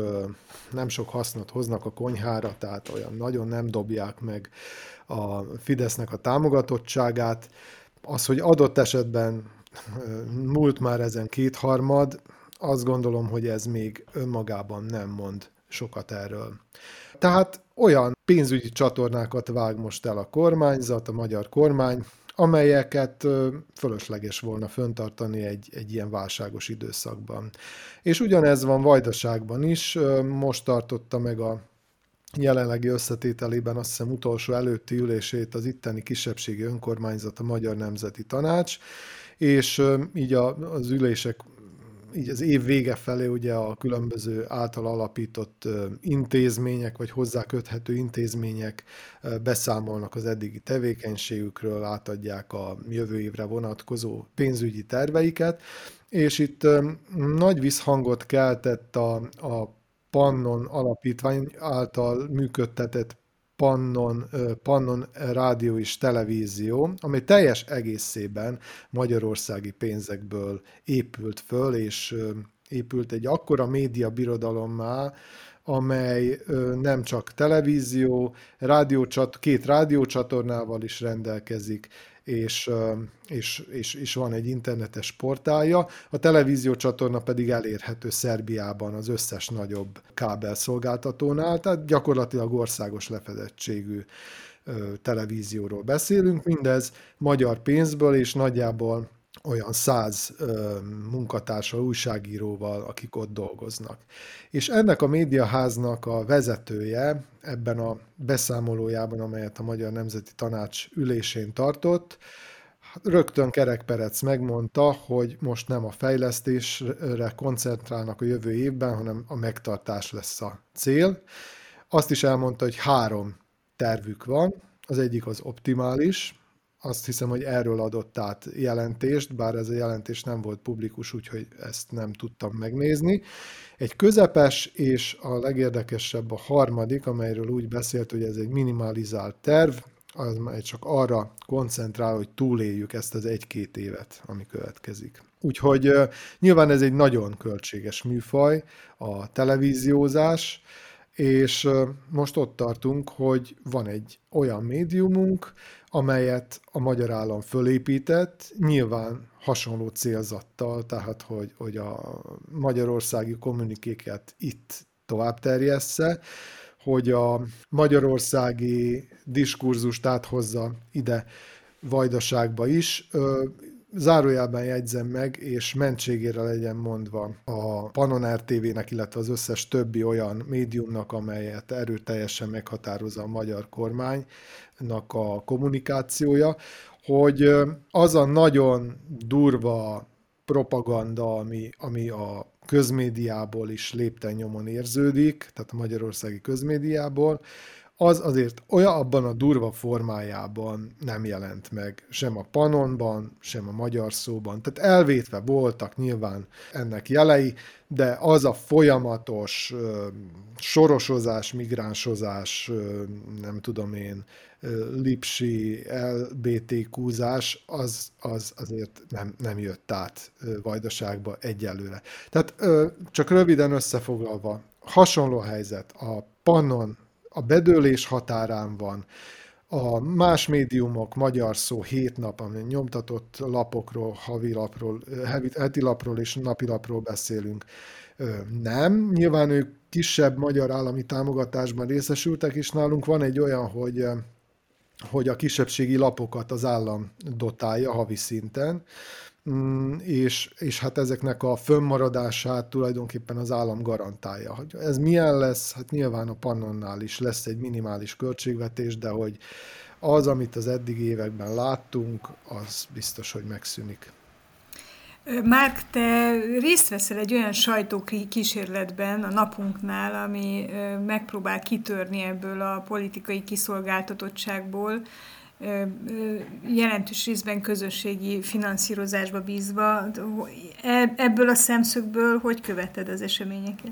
sok hasznot hoznak a konyhára, tehát olyan nagyon nem dobják meg a Fidesznek a támogatottságát. Az, hogy adott esetben múlt már ezen 2/3, azt gondolom, hogy ez még önmagában nem mond sokat erről. Tehát olyan pénzügyi csatornákat vág most el a kormányzat, a magyar kormány, amelyeket fölösleges volna fenntartani egy ilyen válságos időszakban. És ugyanez van Vajdaságban is, most tartotta meg a jelenlegi összetételében azt hiszem utolsó előtti ülését az itteni kisebbségi önkormányzat, a Magyar Nemzeti Tanács, és így az ülések, így az év vége felé ugye a különböző által alapított intézmények, vagy hozzáköthető intézmények beszámolnak az eddigi tevékenységükről, átadják a jövő évre vonatkozó pénzügyi terveiket, és itt nagy visszhangot keltett a Pannon Alapítvány által működtetett Pannon Rádió és Televízió, amely teljes egészében magyarországi pénzekből épült föl, és épült egy akkora médiabirodalommá, amely nem csak televízió, két rádiócsatornával is rendelkezik, és van egy internetes portálja, a televízió csatorna pedig elérhető Szerbiában az összes nagyobb kábelszolgáltatónál, tehát gyakorlatilag országos lefedettségű televízióról beszélünk, mindez magyar pénzből, és nagyjából olyan 100 munkatársal, újságíróval, akik ott dolgoznak. És ennek a médiaháznak a vezetője ebben a beszámolójában, amelyet a Magyar Nemzeti Tanács ülésén tartott, rögtön kerekperec megmondta, hogy most nem a fejlesztésre koncentrálnak a jövő évben, hanem a megtartás lesz a cél. Azt is elmondta, hogy 3 tervük van, az egyik az optimális, azt hiszem, hogy erről adott át jelentést, bár ez a jelentés nem volt publikus, úgyhogy ezt nem tudtam megnézni. Egy közepes, és a legérdekesebb a harmadik, amelyről úgy beszélt, hogy ez egy minimalizált terv, az csak arra koncentrál, hogy túléljük ezt az 1-2 évet, ami következik. Úgyhogy nyilván ez egy nagyon költséges műfaj, a televíziózás, és most ott tartunk, hogy van egy olyan médiumunk, amelyet a magyar állam fölépített, nyilván hasonló célzattal, tehát hogy a magyarországi kommunikéket itt tovább terjessze, hogy a magyarországi diskurzust áthozza ide Vajdaságba is. Zárójelben jegyzem meg, és mentségére legyen mondva a Pannon RTV-nek, illetve az összes többi olyan médiumnak, amelyet erőteljesen meghatározza a magyar kormánynak a kommunikációja, hogy az a nagyon durva propaganda, ami a közmédiából is lépten nyomon érződik, tehát a magyarországi közmédiából, az azért olyan abban a durva formájában nem jelent meg, sem a Pannonban, sem a Magyar Szóban. Tehát elvétve voltak nyilván ennek jelei, de az a folyamatos sorosozás, migránsozás, nem tudom én, lipsi, LBTQ-zás, az azért nem jött át Vajdaságba egyelőre. Tehát csak röviden összefoglalva, hasonló helyzet, a Pannon a bedőlés határán van, a más médiumok, Magyar Szó 7 nap, ami nyomtatott lapokról, heti lapról és napilapról beszélünk, nem. Nyilván ők kisebb magyar állami támogatásban részesültek, és nálunk van egy olyan, hogy a kisebbségi lapokat az állam dotálja havi szinten, és hát ezeknek a fönnmaradását tulajdonképpen az állam garantálja. Hogy ez milyen lesz? Hát nyilván a Pannonnál is lesz egy minimális költségvetés, de hogy az, amit az eddigi években láttunk, az biztos, hogy megszűnik. Márk, te részt veszel egy olyan sajtókísérletben a Napunknál, ami megpróbál kitörni ebből a politikai kiszolgáltatottságból, jelentős részben közösségi finanszírozásba bízva. Ebből a szemszögből hogy követed az eseményeket?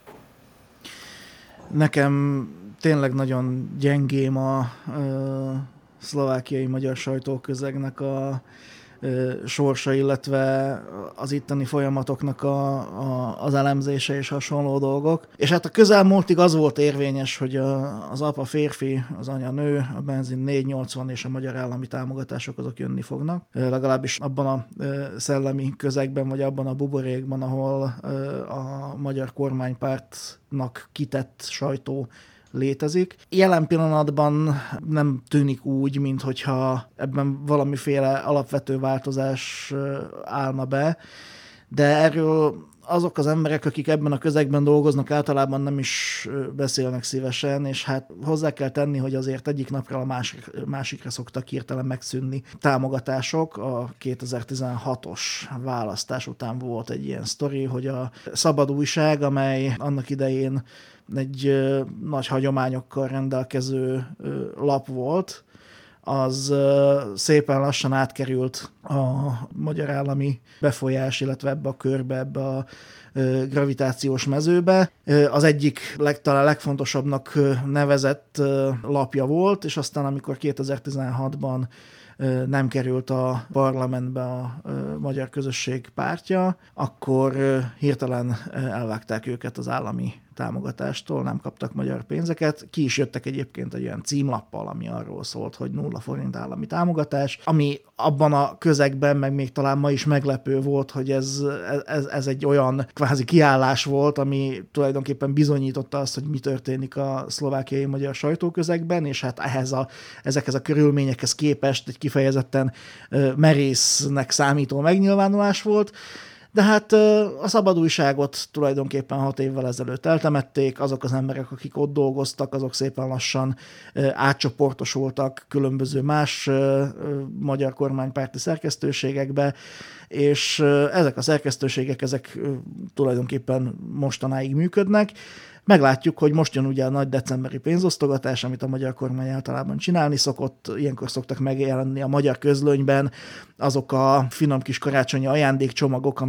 Nekem tényleg nagyon gyengém a szlovákiai magyar sajtóközegnek a sorsa, illetve az itteni folyamatoknak az elemzése és hasonló dolgok. És hát a közelmúltig az volt érvényes, hogy az apa férfi, az anya nő, a benzin 4,80 és a magyar állami támogatások azok jönni fognak. Legalábbis abban a szellemi közegben, vagy abban a buborékban, ahol a magyar kormánypártnak kitett sajtó létezik. Jelen pillanatban nem tűnik úgy, minthogyha ebben valamiféle alapvető változás állna be, de erről azok az emberek, akik ebben a közegben dolgoznak, általában nem is beszélnek szívesen, és hát hozzá kell tenni, hogy azért egyik napra a másikra szoktak hirtelen megszűnni támogatások. A 2016-os választás után volt egy ilyen sztori, hogy a Szabad Újság, amely annak idején egy nagy hagyományokkal rendelkező lap volt, az szépen lassan átkerült a magyar állami befolyás, illetve ebbe a körbe, ebbe a gravitációs mezőbe. Az egyik talán legfontosabbnak nevezett lapja volt, és aztán amikor 2016-ban nem került a parlamentbe a Magyar Közösség pártja, akkor hirtelen elvágták őket az állami támogatástól, nem kaptak magyar pénzeket. Ki is jöttek egyébként egy olyan címlappal, ami arról szólt, hogy 0 forint állami támogatás, ami abban a közegben, meg még talán ma is meglepő volt, hogy ez egy olyan kvázi kiállás volt, ami tulajdonképpen bizonyította azt, hogy mi történik a szlovákiai magyar sajtóközegben, és hát ezekhez a körülményekhez képest egy kifejezetten merésznek számító megnyilvánulás volt. De hát a szabadújságot tulajdonképpen 6 évvel ezelőtt eltemették, azok az emberek, akik ott dolgoztak, azok szépen lassan átcsoportosultak különböző más magyar kormánypárti szerkesztőségekbe, és ezek a szerkesztőségek tulajdonképpen mostanáig működnek. Meglátjuk, hogy most jön ugye a nagy decemberi pénzosztogatás, amit a magyar kormány általában csinálni szokott. Ilyenkor szoktak megjelenni a magyar közlönyben azok a finom kis karácsonyi ajándékcsomagok,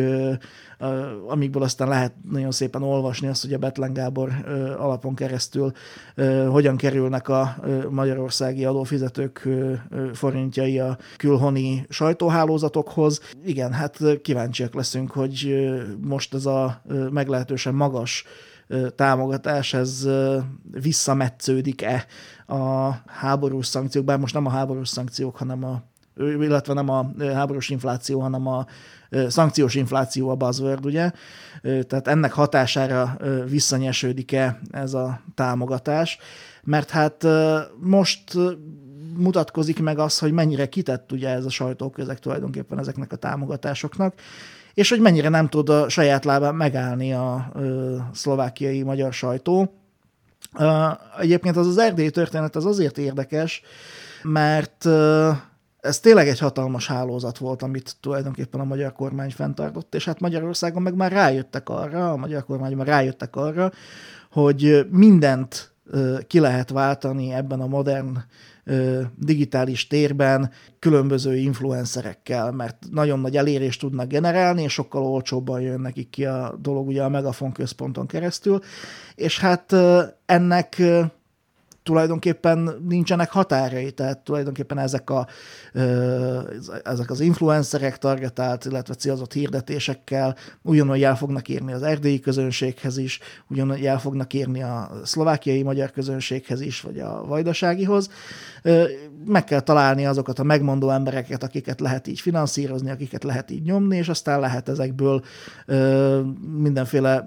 amikből aztán lehet nagyon szépen olvasni azt, hogy a Bethlen Gábor alapon keresztül hogyan kerülnek a magyarországi adófizetők forintjai a külhoni sajtóhálózatokhoz. Igen, hát kíváncsiak leszünk, hogy most ez a meglehetősen magas támogatás, ez visszametsződik-e a háborús szankciók, bár most nem a háborús szankciók, illetve nem a háborús infláció, hanem a szankciós infláció a buzzword, ugye? Tehát ennek hatására visszanyesődik-e ez a támogatás, mert hát most mutatkozik meg az, hogy mennyire kitett ugye ez a sajtóközeg tulajdonképpen ezeknek a támogatásoknak, és hogy mennyire nem tud a saját lábán megállni a szlovákiai magyar sajtó. Egyébként az erdélyi történet az azért érdekes, mert ez tényleg egy hatalmas hálózat volt, amit tulajdonképpen a magyar kormány fenntartott, és hát Magyarországon meg már rájöttek arra, a magyar kormányban rájöttek arra, hogy mindent ki lehet váltani ebben a modern digitális térben különböző influencerekkel, mert nagyon nagy elérést tudnak generálni, és sokkal olcsóbban jön nekik ki a dolog ugye a Megafon központon keresztül, és hát ennek tulajdonképpen nincsenek határai, tehát tulajdonképpen ezek az influencerek targetált, illetve célzott hirdetésekkel ugyanúgy el fognak érni az erdélyi közönséghez is, ugyanúgy el fognak érni a szlovákiai magyar közönséghez is, vagy a vajdaságihoz. Meg kell találni azokat a megmondó embereket, akiket lehet így finanszírozni, akiket lehet így nyomni, és aztán lehet ezekből mindenféle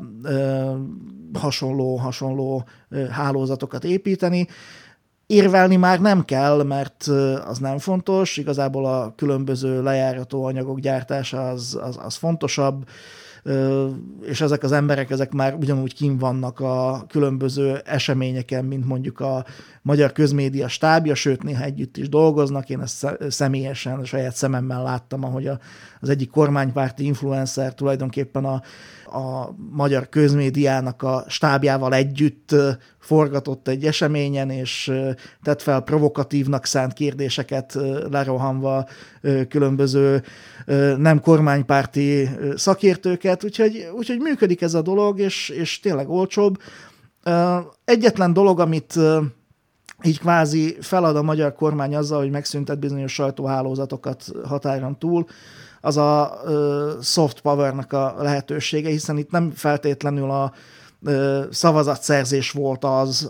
hasonló hálózatokat építeni. Érvelni már nem kell, mert az nem fontos, igazából a különböző lejárató anyagok gyártása az fontosabb, és ezek az emberek, ezek már ugyanúgy kint vannak a különböző eseményeken, mint mondjuk a magyar közmédia stábja, sőt, néha együtt is dolgoznak. Én ezt személyesen, a saját szememmel láttam, ahogy az egyik kormánypárti influencer tulajdonképpen a magyar közmédiának a stábjával együtt forgatott egy eseményen, és tett fel provokatívnak szánt kérdéseket lerohanva különböző nem kormánypárti szakértőket, úgyhogy működik ez a dolog, és tényleg olcsóbb. Egyetlen dolog, amit így kvázi felad a magyar kormány azzal, hogy megszüntet bizonyos sajtóhálózatokat határon túl, az a soft power-nak a lehetősége, hiszen itt nem feltétlenül a szavazatszerzés volt az,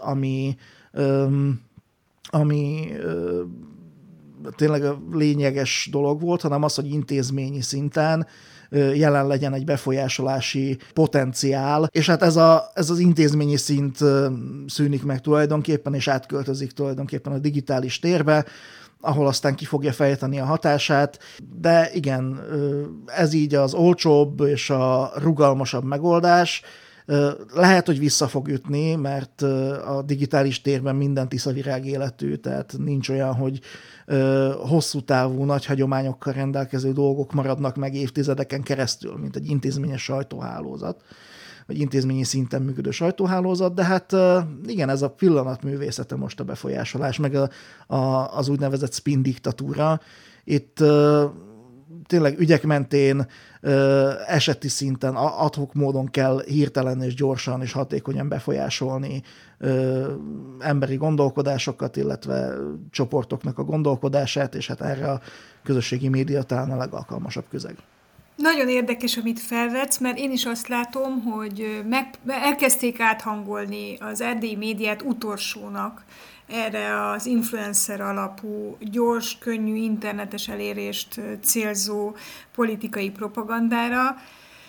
ami tényleg a lényeges dolog volt, hanem az, hogy intézményi szinten jelen legyen egy befolyásolási potenciál, és hát ez az intézményi szint szűnik meg tulajdonképpen, és átköltözik tulajdonképpen a digitális térbe, ahol aztán ki fogja fejteni a hatását, de igen, ez így az olcsóbb és a rugalmasabb megoldás. Lehet, hogy vissza fog ütni, mert a digitális térben minden tiszavirág életű, tehát nincs olyan, hogy hosszú távú, nagy hagyományokkal rendelkező dolgok maradnak meg évtizedeken keresztül, mint egy intézményes sajtóhálózat, vagy intézményi szinten működő sajtóhálózat, de hát igen, ez a pillanat művészete most a befolyásolás, meg az úgynevezett spin diktatúra. Itt tényleg ügyek mentén, eseti szinten, ad hoc módon kell hirtelen és gyorsan és hatékonyan befolyásolni emberi gondolkodásokat, illetve csoportoknak a gondolkodását, és hát erre a közösségi média talán a legalkalmasabb közeg. Nagyon érdekes, amit felvetsz, mert én is azt látom, hogy elkezdték áthangolni az erdélyi médiát utolsónak erre az influencer alapú, gyors, könnyű internetes elérést célzó politikai propagandára.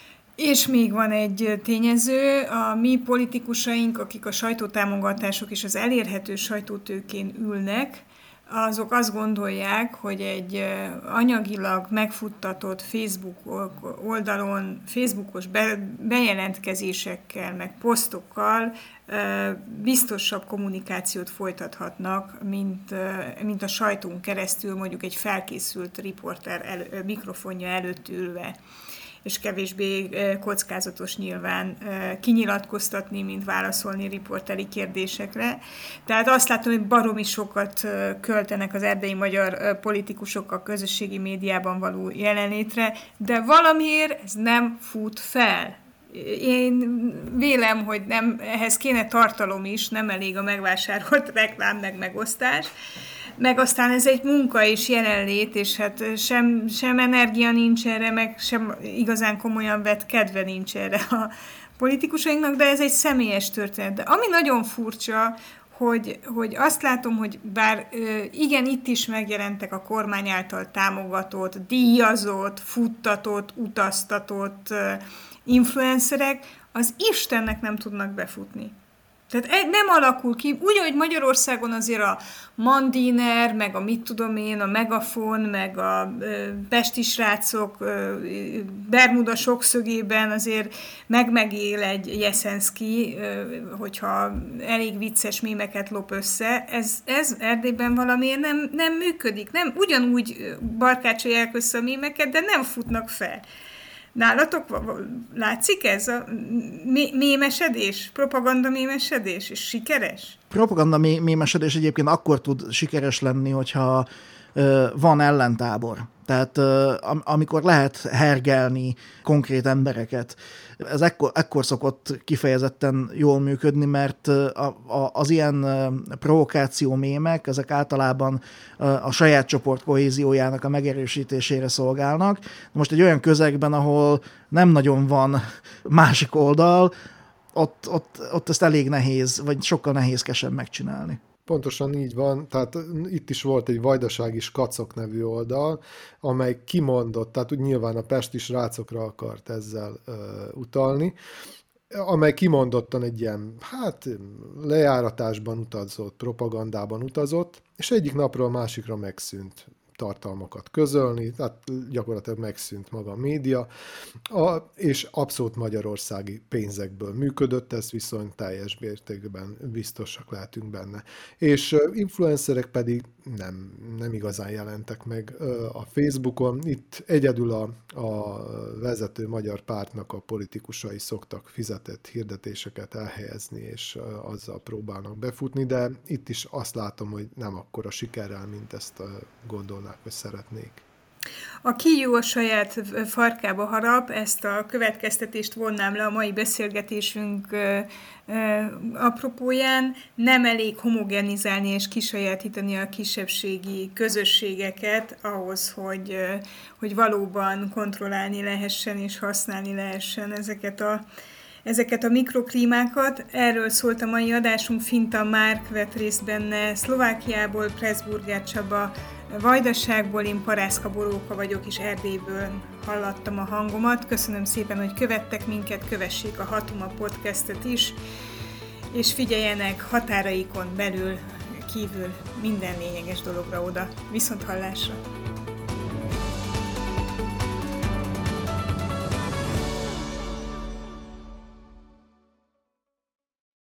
És még van egy tényező, a mi politikusaink, akik a sajtótámogatások és az elérhető sajtótőkén ülnek, azok azt gondolják, hogy egy anyagilag megfuttatott Facebook oldalon, Facebookos bejelentkezésekkel, meg posztokkal biztosabb kommunikációt folytathatnak, mint a sajtón keresztül mondjuk egy felkészült riporter mikrofonja előtt ülve. És kevésbé kockázatos nyilván kinyilatkoztatni, mint válaszolni riporteri kérdésekre. Tehát azt látom, hogy baromi sokat költenek az erdélyi magyar politikusok a közösségi médiában való jelenlétre, de valamiért ez nem fut fel. Én vélem, hogy ehhez kéne tartalom is, nem elég a megvásárolt reklám, meg megosztás. Meg aztán ez egy munka és jelenlét, és hát sem energia nincs erre, meg sem igazán komolyan vett kedve nincs erre a politikusainknak, de ez egy személyes történet. De ami nagyon furcsa, hogy azt látom, hogy bár igen, itt is megjelentek a kormány által támogatott, díjazott, futtatott, utaztatott influencerek, az Istennek nem tudnak befutni. Tehát nem alakul ki, úgy, hogy Magyarországon azért a Mandiner, meg a mit tudom én, a Megafon, meg a pesti srácok Bermuda sokszögében azért megél egy Jeszenszky, hogyha elég vicces mémeket lop össze. Ez Erdélyben valamiért nem működik. Nem, ugyanúgy barkácsolják össze a mémeket, de nem futnak fel. Nálatok látszik ez a mémesedés, propaganda mémesedés, és sikeres? Propaganda mémesedés egyébként akkor tud sikeres lenni, hogyha van ellentábor. Tehát amikor lehet hergelni konkrét embereket. Ez ekkor szokott kifejezetten jól működni, mert az ilyen provokáció mémek, ezek általában a saját csoport kohéziójának a megerősítésére szolgálnak. Most egy olyan közegben, ahol nem nagyon van másik oldal, ott ezt elég nehéz, vagy sokkal nehézkesebb megcsinálni. Pontosan így van, tehát itt is volt egy Vajdasági Skacok nevű oldal, amely kimondott, tehát úgy nyilván a pesti srácokra akart ezzel utalni, amely kimondottan egy ilyen, lejáratásban utazott, propagandában utazott, és egyik napról a másikra megszűnt tartalmakat közölni, tehát gyakorlatilag megszűnt maga a média, és abszolút magyarországi pénzekből működött, ez viszont teljes mértékben biztosak lehetünk benne. És influencerek pedig nem igazán jelentek meg a Facebookon. Itt egyedül a vezető magyar pártnak a politikusai szoktak fizetett hirdetéseket elhelyezni, és azzal próbálnak befutni, de itt is azt látom, hogy nem akkora sikerrel, mint ezt gondolnák, vagy szeretnék. A kígyó a saját farkába harap, ezt a következtetést vonnám le a mai beszélgetésünk apropóján. Nem elég homogenizálni és kisajátítani a kisebbségi közösségeket ahhoz, hogy valóban kontrollálni lehessen és használni lehessen ezeket a mikroklímákat. Erről szólt a mai adásunk, Finta Márk vett részt benne Szlovákiából, Pressburger Csaba Vajdaságból, én Parászka Boróka vagyok, és Erdélyből hallattam a hangomat. Köszönöm szépen, hogy követtek minket, kövessék a Hatuma podcastet is, és figyeljenek határaikon belül, kívül minden lényeges dologra oda. Viszonthallásra!